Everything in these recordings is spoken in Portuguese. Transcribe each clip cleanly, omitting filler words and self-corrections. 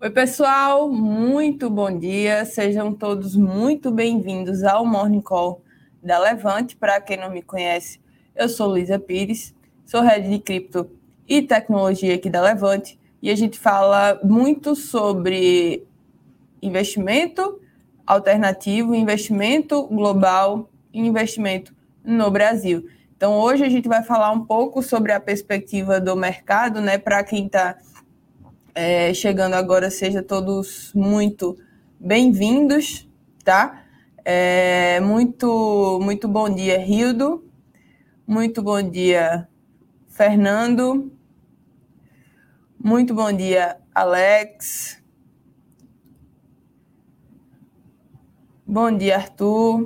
Oi, pessoal, muito bom dia. Sejam todos muito bem-vindos ao Morning Call da Levante. Para quem não me conhece, eu sou Luísa Pires, sou head de cripto e tecnologia aqui da Levante e a gente fala muito sobre investimento alternativo, investimento global e investimento no Brasil. Então, hoje a gente vai falar um pouco sobre a perspectiva do mercado, né? Para quem está chegando agora, sejam todos muito bem-vindos, tá? Muito bom dia, Rildo. Muito bom dia, Fernando. Muito bom dia, Alex. Bom dia, Arthur.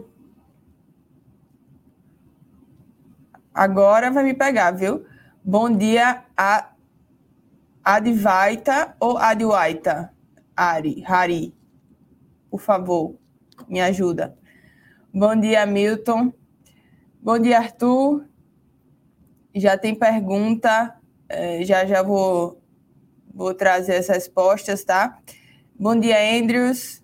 Agora vai me pegar, viu? Bom dia, Advaita ou Adwaita? Hari, por favor, me ajuda. Bom dia, Milton. Bom dia, Arthur. Já tem pergunta, já vou trazer as respostas, tá? Bom dia, Andrews.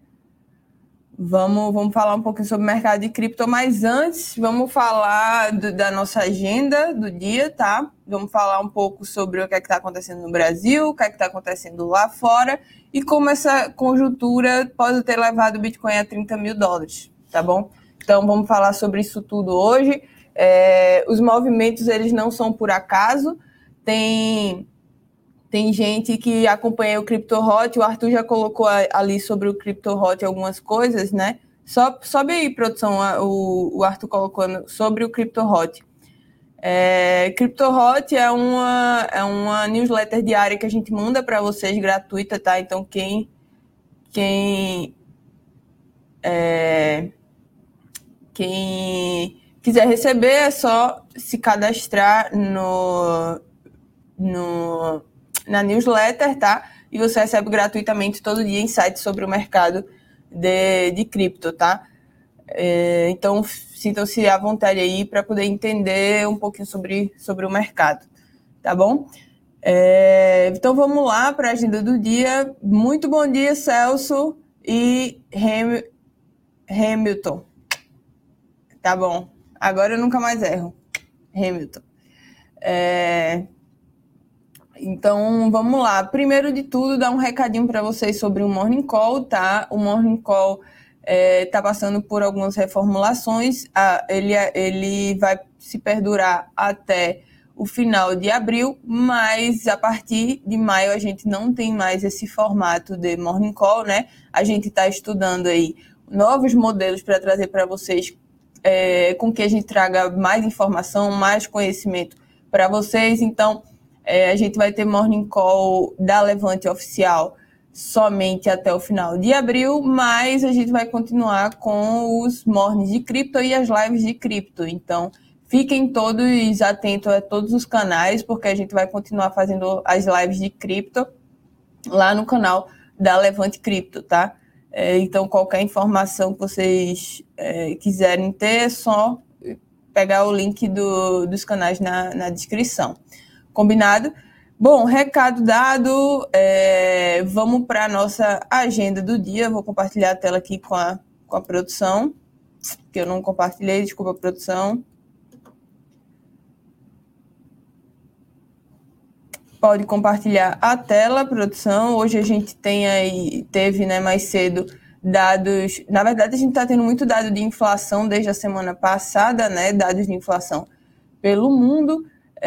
Vamos falar um pouquinho sobre o mercado de cripto, mas antes vamos falar da nossa agenda do dia, tá? Vamos falar um pouco sobre o que é que está acontecendo no Brasil, o que é que está acontecendo lá fora e como essa conjuntura pode ter levado o Bitcoin a 30 mil dólares, tá bom? Então vamos falar sobre isso tudo hoje. Os movimentos, eles não são por acaso, tem gente que acompanha o CryptoHot, o Arthur já colocou ali sobre o CryptoHot algumas coisas, né? Sobe aí, produção, o Arthur colocou sobre o CryptoHot. CryptoHot é uma newsletter diária que a gente manda para vocês, gratuita, tá? Então, quem quiser receber, é só se cadastrar na newsletter, tá? E você recebe gratuitamente todo dia insights sobre o mercado de cripto, tá? Então, sintam-se à vontade aí para poder entender um pouquinho sobre o mercado, tá bom? Então, vamos lá para a agenda do dia. Muito bom dia, Celso e Hamilton. Tá bom. Agora eu nunca mais erro. Hamilton. Então, vamos lá. Primeiro de tudo, dar um recadinho para vocês sobre o Morning Call, tá? O Morning Call está passando por algumas reformulações. Ele vai se perdurar até o final de abril, mas a partir de maio a gente não tem mais esse formato de Morning Call, né? A gente está estudando aí novos modelos para trazer para vocês, com que a gente traga mais informação, mais conhecimento para vocês. Então, a gente vai ter Morning Call da Levante oficial somente até o final de abril, mas a gente vai continuar com os mornings de cripto e as lives de cripto. Então, fiquem todos atentos a todos os canais, porque a gente vai continuar fazendo as lives de cripto lá no canal da Levante Cripto, tá? Então, qualquer informação que vocês quiserem ter, é só pegar o link dos canais na descrição. Combinado? Bom, recado dado, vamos para a nossa agenda do dia. Vou compartilhar a tela aqui com a produção, que eu não compartilhei, desculpa, produção. Pode compartilhar a tela, produção. Hoje a gente teve, né, mais cedo dados. Na verdade, a gente está tendo muito dado de inflação desde a semana passada, né? Dados de inflação pelo mundo.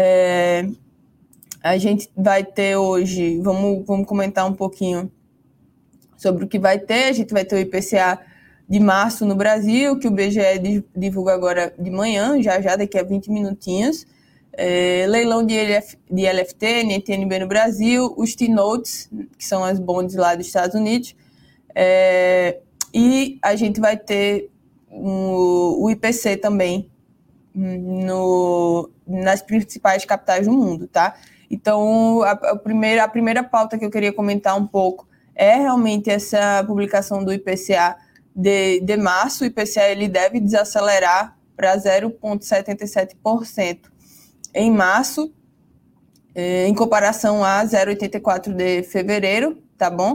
A gente vai ter hoje, vamos comentar um pouquinho sobre o que vai ter. A gente vai ter o IPCA de março no Brasil, que o BGE divulga agora de manhã, já daqui a 20 minutinhos. Leilão de LFT, NTNB no Brasil, os T-Notes, que são as bonds lá dos Estados Unidos, e a gente vai ter o IPC também nas principais capitais do mundo, tá? Então, a primeira pauta que eu queria comentar um pouco é realmente essa publicação do IPCA de março. O IPCA ele deve desacelerar para 0,77% em março, em comparação a 0,84% de fevereiro, tá bom?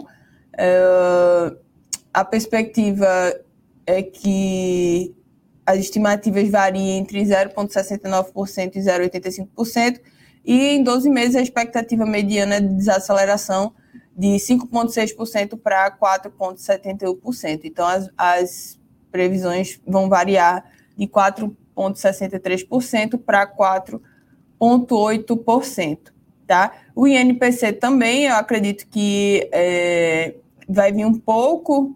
A perspectiva é que as estimativas variem entre 0,69% e 0,85%, e em 12 meses a expectativa mediana de desaceleração de 5,6% para 4,71%. Então, as previsões vão variar de 4,63% para 4,8%. Tá? O INPC também, eu acredito que vai vir um pouco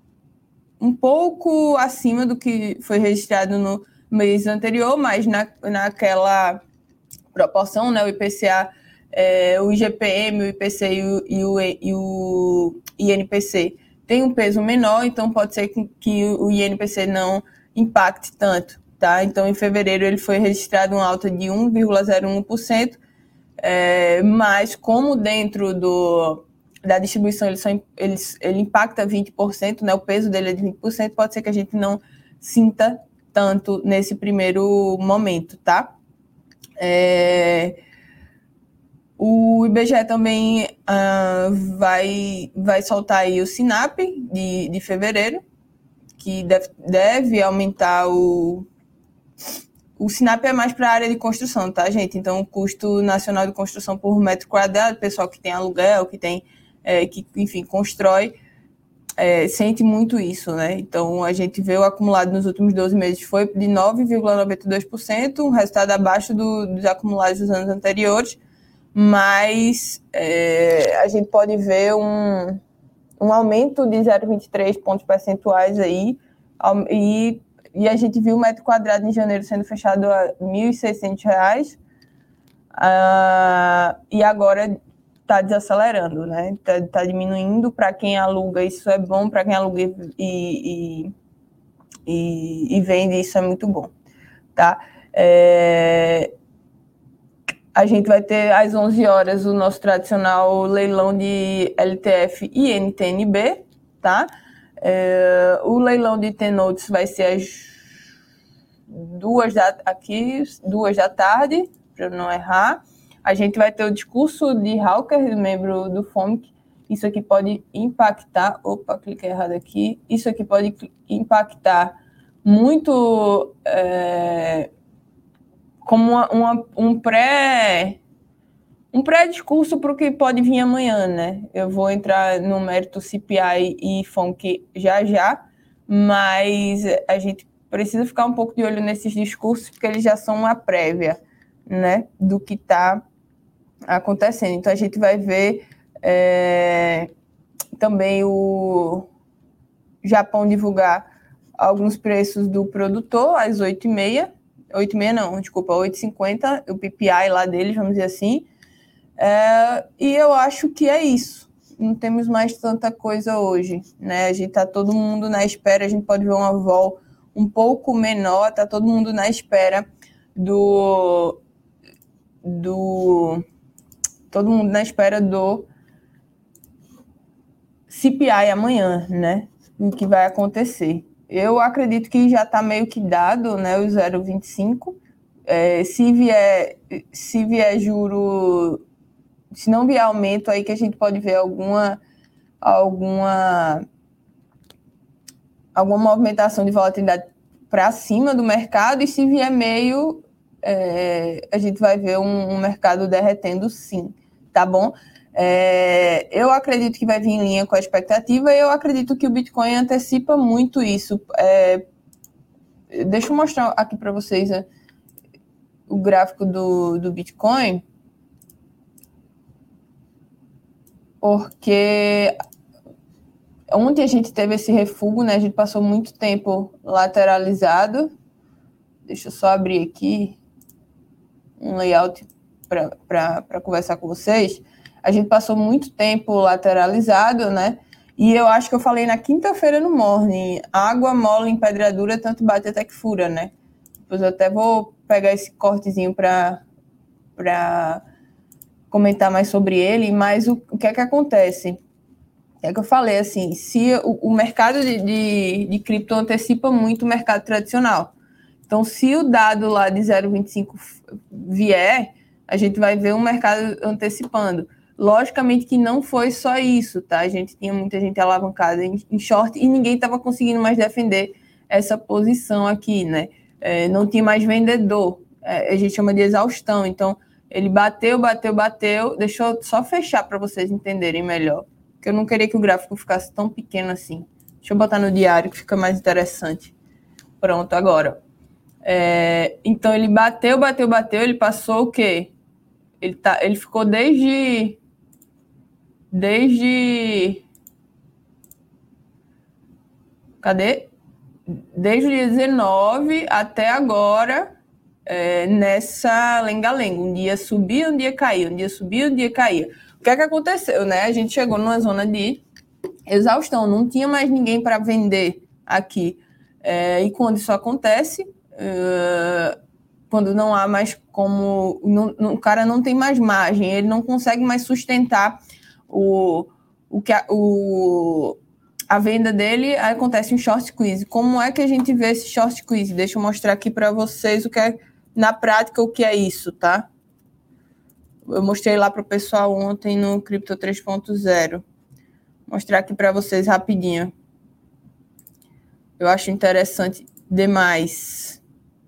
acima do que foi registrado no mês anterior, mas naquela proporção, né, o IPCA, o IGPM, o IPC e o INPC tem um peso menor, então pode ser que o INPC não impacte tanto, tá? Então, em fevereiro, ele foi registrado uma alta de 1,01%, mas como dentro da distribuição ele impacta 20%, né? O peso dele é de 20%, pode ser que a gente não sinta tanto nesse primeiro momento, tá? O IBGE também vai soltar aí o SINAP de fevereiro, que deve aumentar o SINAP é mais para a área de construção, tá, gente? Então, o custo nacional de construção por metro quadrado, pessoal que tem aluguel, que tem, enfim, constrói, sente muito isso, né? Então, a gente vê o acumulado nos últimos 12 meses foi de 9,92%, um resultado abaixo dos acumulados dos anos anteriores, mas a gente pode ver um aumento de 0,23 pontos percentuais aí, e a gente viu o metro quadrado em janeiro sendo fechado a R$ 1.600, e agora está desacelerando, né? Tá diminuindo. Para quem aluga, isso é bom. Para quem aluga e vende, isso é muito bom, tá? A gente vai ter às 11 horas o nosso tradicional leilão de LTF e NTNB, tá? O leilão de T-Notes vai ser às 2 da tarde, para eu não errar. A gente vai ter o discurso de Hawker, membro do FOMC. Isso aqui pode impactar... Opa, cliquei errado aqui. Isso aqui pode impactar muito como um pré-discurso para o que pode vir amanhã, né? Eu vou entrar no mérito CPI e FOMC já, mas a gente precisa ficar um pouco de olho nesses discursos, porque eles já são uma prévia, né, do que está acontecendo. Então, a gente vai ver também o Japão divulgar alguns preços do produtor às 8h30, 8h50, o PPI lá deles, vamos dizer assim. E eu acho que é isso. Não temos mais tanta coisa hoje, né? A gente tá todo mundo na espera, a gente pode ver uma vol um pouco menor, tá todo mundo na espera todo mundo na espera do CPI amanhã, né? O que vai acontecer. Eu acredito que já está meio que dado, né? O 0,25. Se vier juro, se não vier aumento, aí que a gente pode ver alguma movimentação de volatilidade para cima do mercado, e se vier meio, a gente vai ver um mercado derretendo, sim, tá bom? Eu acredito que vai vir em linha com a expectativa, e eu acredito que o Bitcoin antecipa muito isso. Deixa eu mostrar aqui para vocês o gráfico do Bitcoin, porque ontem a gente teve esse refúgio, né? A gente passou muito tempo lateralizado. Deixa eu só abrir aqui um layout para conversar com vocês. A gente passou muito tempo lateralizado, né? E eu acho que eu falei na quinta-feira no Morning, água mole em pedra dura, tanto bate até que fura, né? Depois eu até vou pegar esse cortezinho para comentar mais sobre ele, mas o que é que acontece? É que eu falei, assim, se o mercado de cripto antecipa muito o mercado tradicional. Então, se o dado lá de 0,25 vier, a gente vai ver um mercado antecipando. Logicamente que não foi só isso, tá? A gente tinha muita gente alavancada em short e ninguém estava conseguindo mais defender essa posição aqui, né? Não tinha mais vendedor. A gente chama de exaustão. Então, ele bateu. Deixa eu só fechar para vocês entenderem melhor. Porque eu não queria que o gráfico ficasse tão pequeno assim. Deixa eu botar no diário que fica mais interessante. Pronto, agora. Então, ele bateu. Ele passou o quê? Ele ficou desde cadê? Desde o dia 19 até agora, nessa lenga-lenga. Um dia subia, um dia caía. Um dia subia, um dia caía. O que é que aconteceu, né? A gente chegou numa zona de exaustão. Não tinha mais ninguém para vender aqui. E quando isso acontece, quando não há mais como... o cara não tem mais margem. Ele não consegue mais sustentar a venda dele, aí acontece um short squeeze. Como é que a gente vê esse short squeeze? Deixa eu mostrar aqui para vocês o que é, na prática, o que é isso, tá? Eu mostrei lá para o pessoal ontem no Crypto 3.0. Mostrar aqui para vocês rapidinho. Eu acho interessante demais.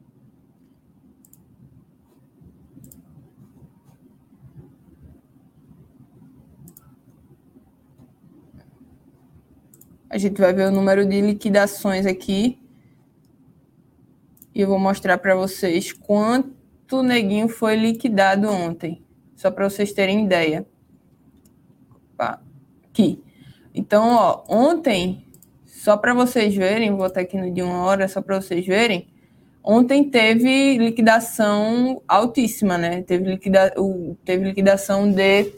A gente vai ver o número de liquidações aqui. E eu vou mostrar para vocês quanto neguinho foi liquidado ontem. Só para vocês terem ideia. Opa, aqui. Então, ó, ontem, só para vocês verem, vou botar aqui no de 1 hora, só para vocês verem. Ontem teve liquidação altíssima, né? Teve liquidação de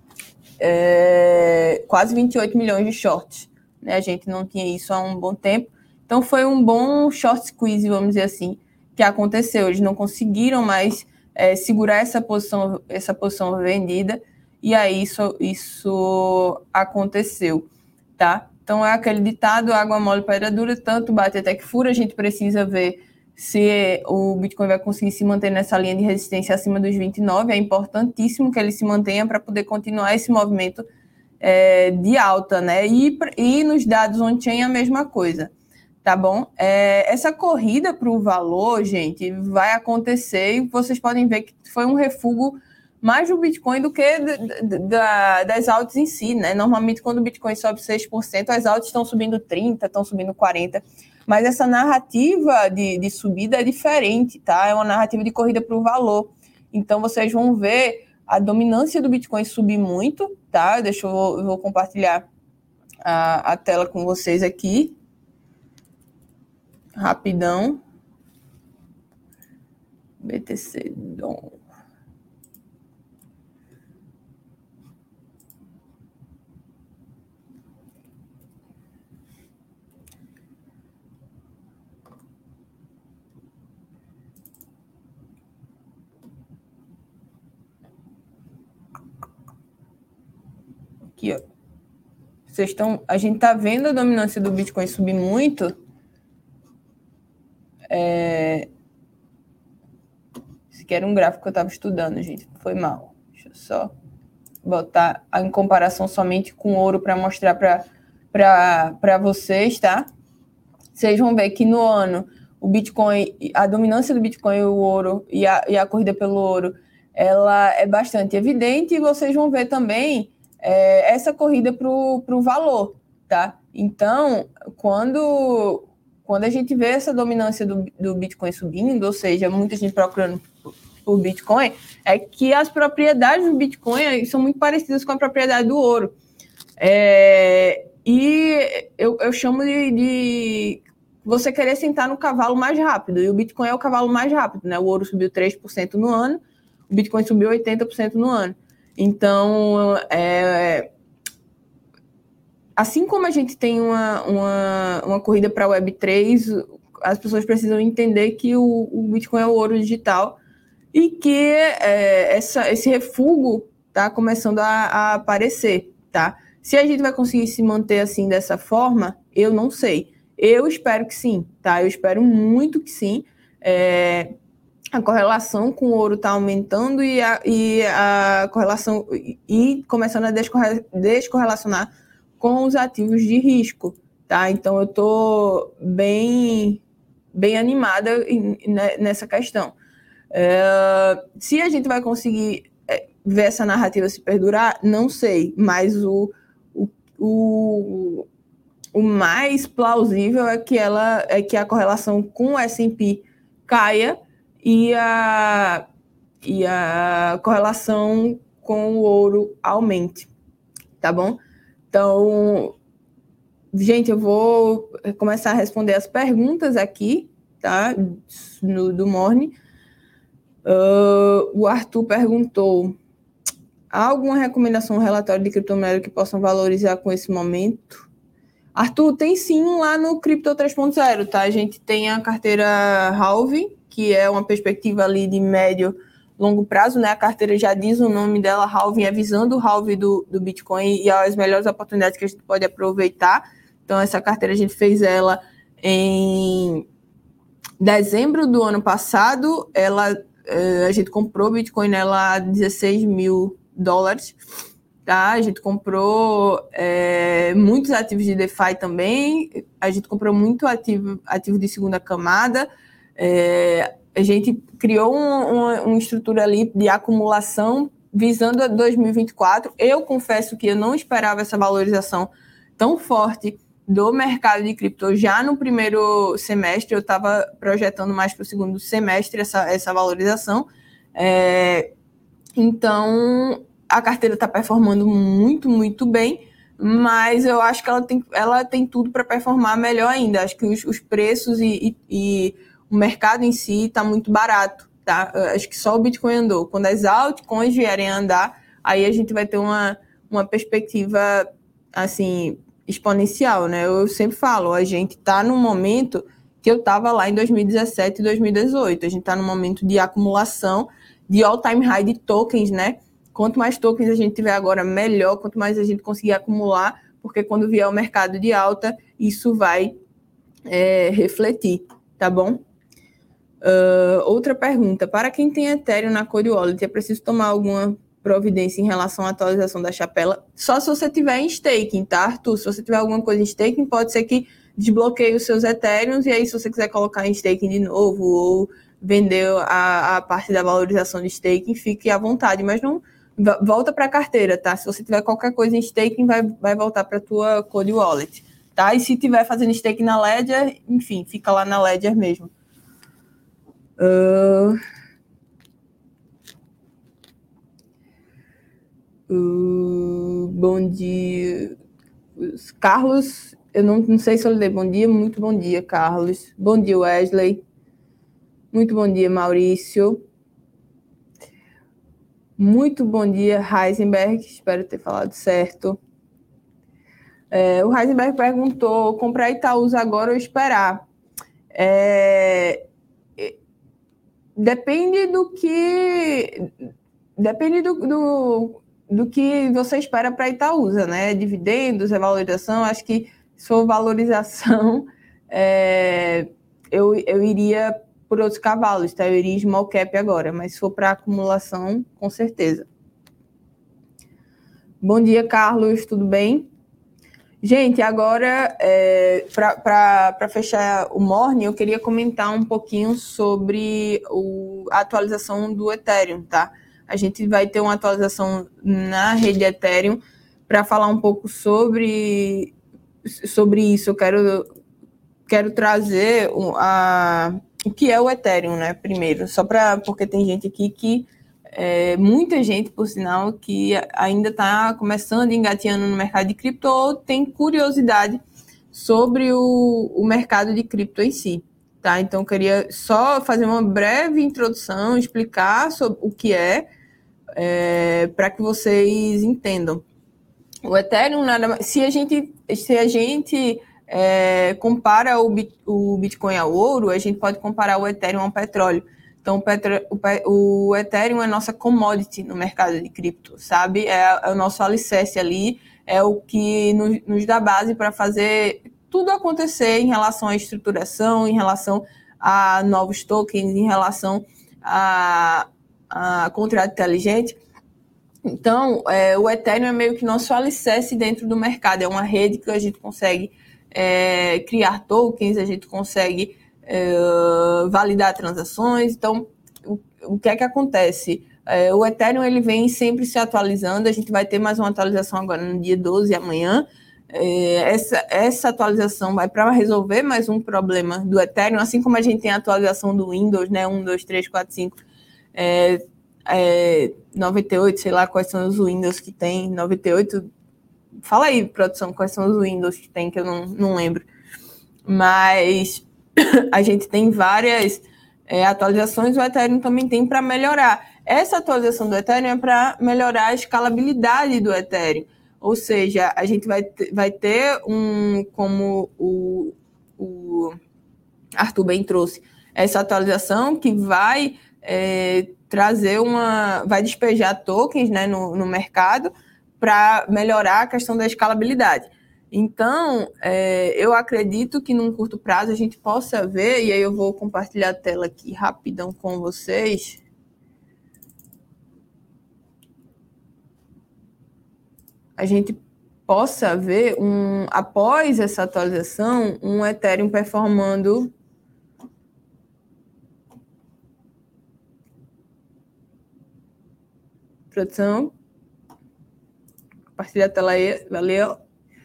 quase 28 milhões de shorts. Né? A gente não tinha isso há um bom tempo. Então, foi um bom short squeeze, vamos dizer assim, que aconteceu. Eles não conseguiram mais segurar essa posição vendida, e aí isso aconteceu, tá? Então, é aquele ditado, água mole, pedra dura, tanto bate até que fura. A gente precisa ver se o Bitcoin vai conseguir se manter nessa linha de resistência acima dos 29. É importantíssimo que ele se mantenha para poder continuar esse movimento de alta, né? E nos dados on-chain a mesma coisa, tá bom? Essa corrida para o valor, gente, vai acontecer e vocês podem ver que foi um refúgio mais do Bitcoin do que das altas em si, né? Normalmente, quando o Bitcoin sobe 6%, as altas estão subindo 30%, estão subindo 40%. Mas essa narrativa de subida é diferente, tá? É uma narrativa de corrida para o valor. Então, vocês vão ver a dominância do Bitcoin subir muito, tá? Eu vou compartilhar a tela com vocês aqui. Rapidão. BTC DOM. Aqui, ó. A gente tá vendo a dominância do Bitcoin subir muito. Esse aqui era um gráfico que eu estava estudando, gente. Foi mal. Deixa eu só botar em comparação somente com ouro para mostrar para vocês, tá? Vocês vão ver que no ano o Bitcoin, a dominância do Bitcoin, o ouro e a corrida pelo ouro, ela é bastante evidente, e vocês vão ver também essa corrida para o valor, tá? Então, quando a gente vê essa dominância do Bitcoin subindo, ou seja, muita gente procurando por Bitcoin, é que as propriedades do Bitcoin são muito parecidas com a propriedade do ouro. E eu chamo de você querer sentar no cavalo mais rápido, e o Bitcoin é o cavalo mais rápido, né? O ouro subiu 3% no ano, o Bitcoin subiu 80% no ano. Então, assim como a gente tem uma corrida para a Web3, as pessoas precisam entender que o Bitcoin é o ouro digital e que esse refúgio está começando a aparecer, tá? Se a gente vai conseguir se manter assim, dessa forma, eu não sei. Eu espero que sim, tá? Eu espero muito que sim. a correlação com o ouro está aumentando e a correlação e começando a descorrelacionar com os ativos de risco, tá? Então eu estou bem animada nessa questão. Se a gente vai conseguir ver essa narrativa se perdurar, não sei, mas o mais plausível é que a correlação com o S&P caia e a correlação com o ouro aumente, tá bom? Então, gente, eu vou começar a responder as perguntas aqui, tá? Do Morning. O Arthur perguntou: há alguma recomendação, relatório de criptomoeda que possam valorizar com esse momento? Arthur, tem sim lá no Cripto 3.0, tá? A gente tem a carteira Halving, que é uma perspectiva ali de médio, longo prazo, né? A carteira já diz o nome dela, Halving, é visando o halving do Bitcoin e as melhores oportunidades que a gente pode aproveitar. Então, essa carteira a gente fez ela em dezembro do ano passado. A gente comprou Bitcoin nela a $16.000, tá? A gente comprou muitos ativos de DeFi também. A gente comprou muito ativo de segunda camada. A gente criou uma estrutura ali de acumulação visando a 2024. Eu confesso que eu não esperava essa valorização tão forte do mercado de cripto já no primeiro semestre. Eu estava projetando mais para o segundo semestre essa valorização. Então, a carteira está performando muito, muito bem, mas eu acho que ela tem tudo para performar melhor ainda. Acho que os preços e o mercado em si está muito barato, tá? Acho que só o Bitcoin andou. Quando as altcoins vierem a andar, aí a gente vai ter uma perspectiva, assim, exponencial, né? Eu sempre falo, a gente está num momento que eu estava lá em 2017 e 2018. A gente está num momento de acumulação de all-time high de tokens, né? Quanto mais tokens a gente tiver agora, melhor. Quanto mais a gente conseguir acumular, porque quando vier o mercado de alta, isso vai refletir, tá bom? Outra pergunta. Para quem tem Ethereum na Cold Wallet, é preciso tomar alguma providência em relação à atualização da chapela? Só se você tiver em staking, tá, Arthur? Se você tiver alguma coisa em staking, pode ser que desbloqueie os seus Ethereums, e aí se você quiser colocar em staking de novo ou vender a parte da valorização de staking, fique à vontade, mas não volta para a carteira, tá? Se você tiver qualquer coisa em staking, vai voltar para a tua Cold Wallet, tá? E se tiver fazendo staking na Ledger, enfim, fica lá na Ledger mesmo. Bom dia, Carlos. Eu não sei se eu lhe dei bom dia. Muito bom dia, Carlos. Bom dia, Wesley. Muito bom dia, Maurício. Muito bom dia, Heisenberg. Espero ter falado certo. O Heisenberg perguntou: comprar Itaúsa agora ou esperar? Depende do que... Depende do que você espera para Itaúsa, né? Dividendos, revalorização. Acho que se for valorização, eu iria por outros cavalos, tá? Eu iria small cap agora, mas se for para acumulação, com certeza. Bom dia, Carlos, tudo bem? Gente, agora, para fechar o Morning, eu queria comentar um pouquinho sobre a atualização do Ethereum, tá? A gente vai ter uma atualização na rede Ethereum. Para falar um pouco sobre isso, eu quero trazer o que é o Ethereum, né? Primeiro, porque tem gente aqui que muita gente, por sinal, que ainda está começando, engateando no mercado de cripto ou tem curiosidade sobre o mercado de cripto em si, tá? Então, eu queria só fazer uma breve introdução, explicar sobre o que para que vocês entendam. O Ethereum, se a gente compara o Bitcoin ao ouro, a gente pode comparar o Ethereum ao petróleo. Então, o Ethereum é nossa commodity no mercado de cripto, sabe? É o nosso alicerce ali, é o que nos dá base para fazer tudo acontecer em relação à estruturação, em relação a novos tokens, em relação a contrato inteligente. Então, o Ethereum é meio que nosso alicerce dentro do mercado. É uma rede que a gente consegue criar tokens, a gente consegue validar transações. Então, o que é que acontece? O Ethereum ele vem sempre se atualizando. A gente vai ter mais uma atualização agora no dia 12, amanhã. Essa atualização vai para resolver mais um problema do Ethereum, assim como a gente tem a atualização do Windows, né? 1, 2, 3, 4, 5, 98, sei lá quais são os Windows que tem. 98. Fala aí, produção, quais são os Windows que tem, que eu não lembro. Mas a gente tem várias atualizações, o Ethereum também tem para melhorar. Essa atualização do Ethereum é para melhorar a escalabilidade do Ethereum. Ou seja, a gente vai ter como o Arthur bem trouxe, essa atualização que vai trazer vai despejar tokens, né, no mercado para melhorar a questão da escalabilidade. Então, eu acredito que num curto prazo a gente possa ver, e aí eu vou compartilhar a tela aqui rapidão com vocês. A gente possa ver, após essa atualização, um Ethereum performando produção. Compartilha a tela aí, valeu.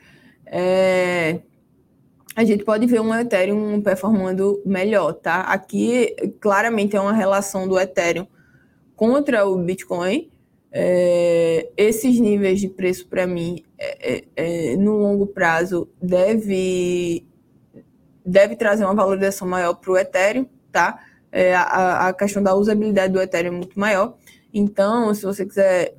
A gente pode ver um Ethereum performando melhor, tá? Aqui, claramente, é uma relação do Ethereum contra o Bitcoin. Esses níveis de preço, para mim, no longo prazo, deve trazer uma valorização maior para o Ethereum, tá? A questão da usabilidade do Ethereum é muito maior. Então, se você quiser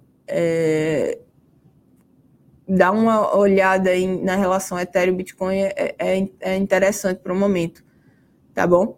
dar uma olhada na relação Ethereum-Bitcoin, é interessante para o momento, tá bom?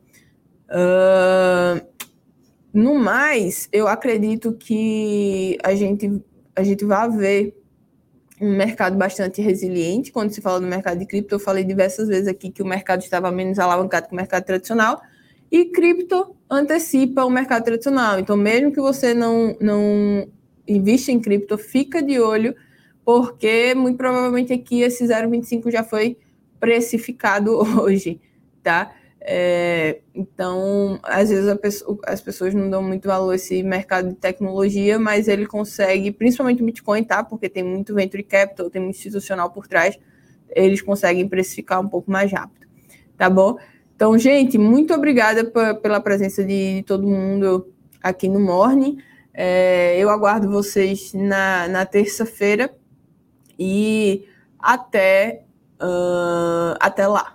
No mais, eu acredito que a gente vai ver um mercado bastante resiliente. Quando se fala do mercado de cripto, eu falei diversas vezes aqui que o mercado estava menos alavancado que o mercado tradicional, e cripto antecipa o mercado tradicional. Então, mesmo que você não invista em cripto, fica de olho, porque muito provavelmente aqui esse 0,25 já foi precificado hoje, tá? Então, às vezes as pessoas não dão muito valor a esse mercado de tecnologia, mas ele consegue, principalmente o Bitcoin, tá? Porque tem muito venture capital, tem muito institucional por trás, eles conseguem precificar um pouco mais rápido, tá bom? Então, gente, muito obrigada pela presença de todo mundo aqui no Morning. Eu aguardo vocês na terça-feira e até lá.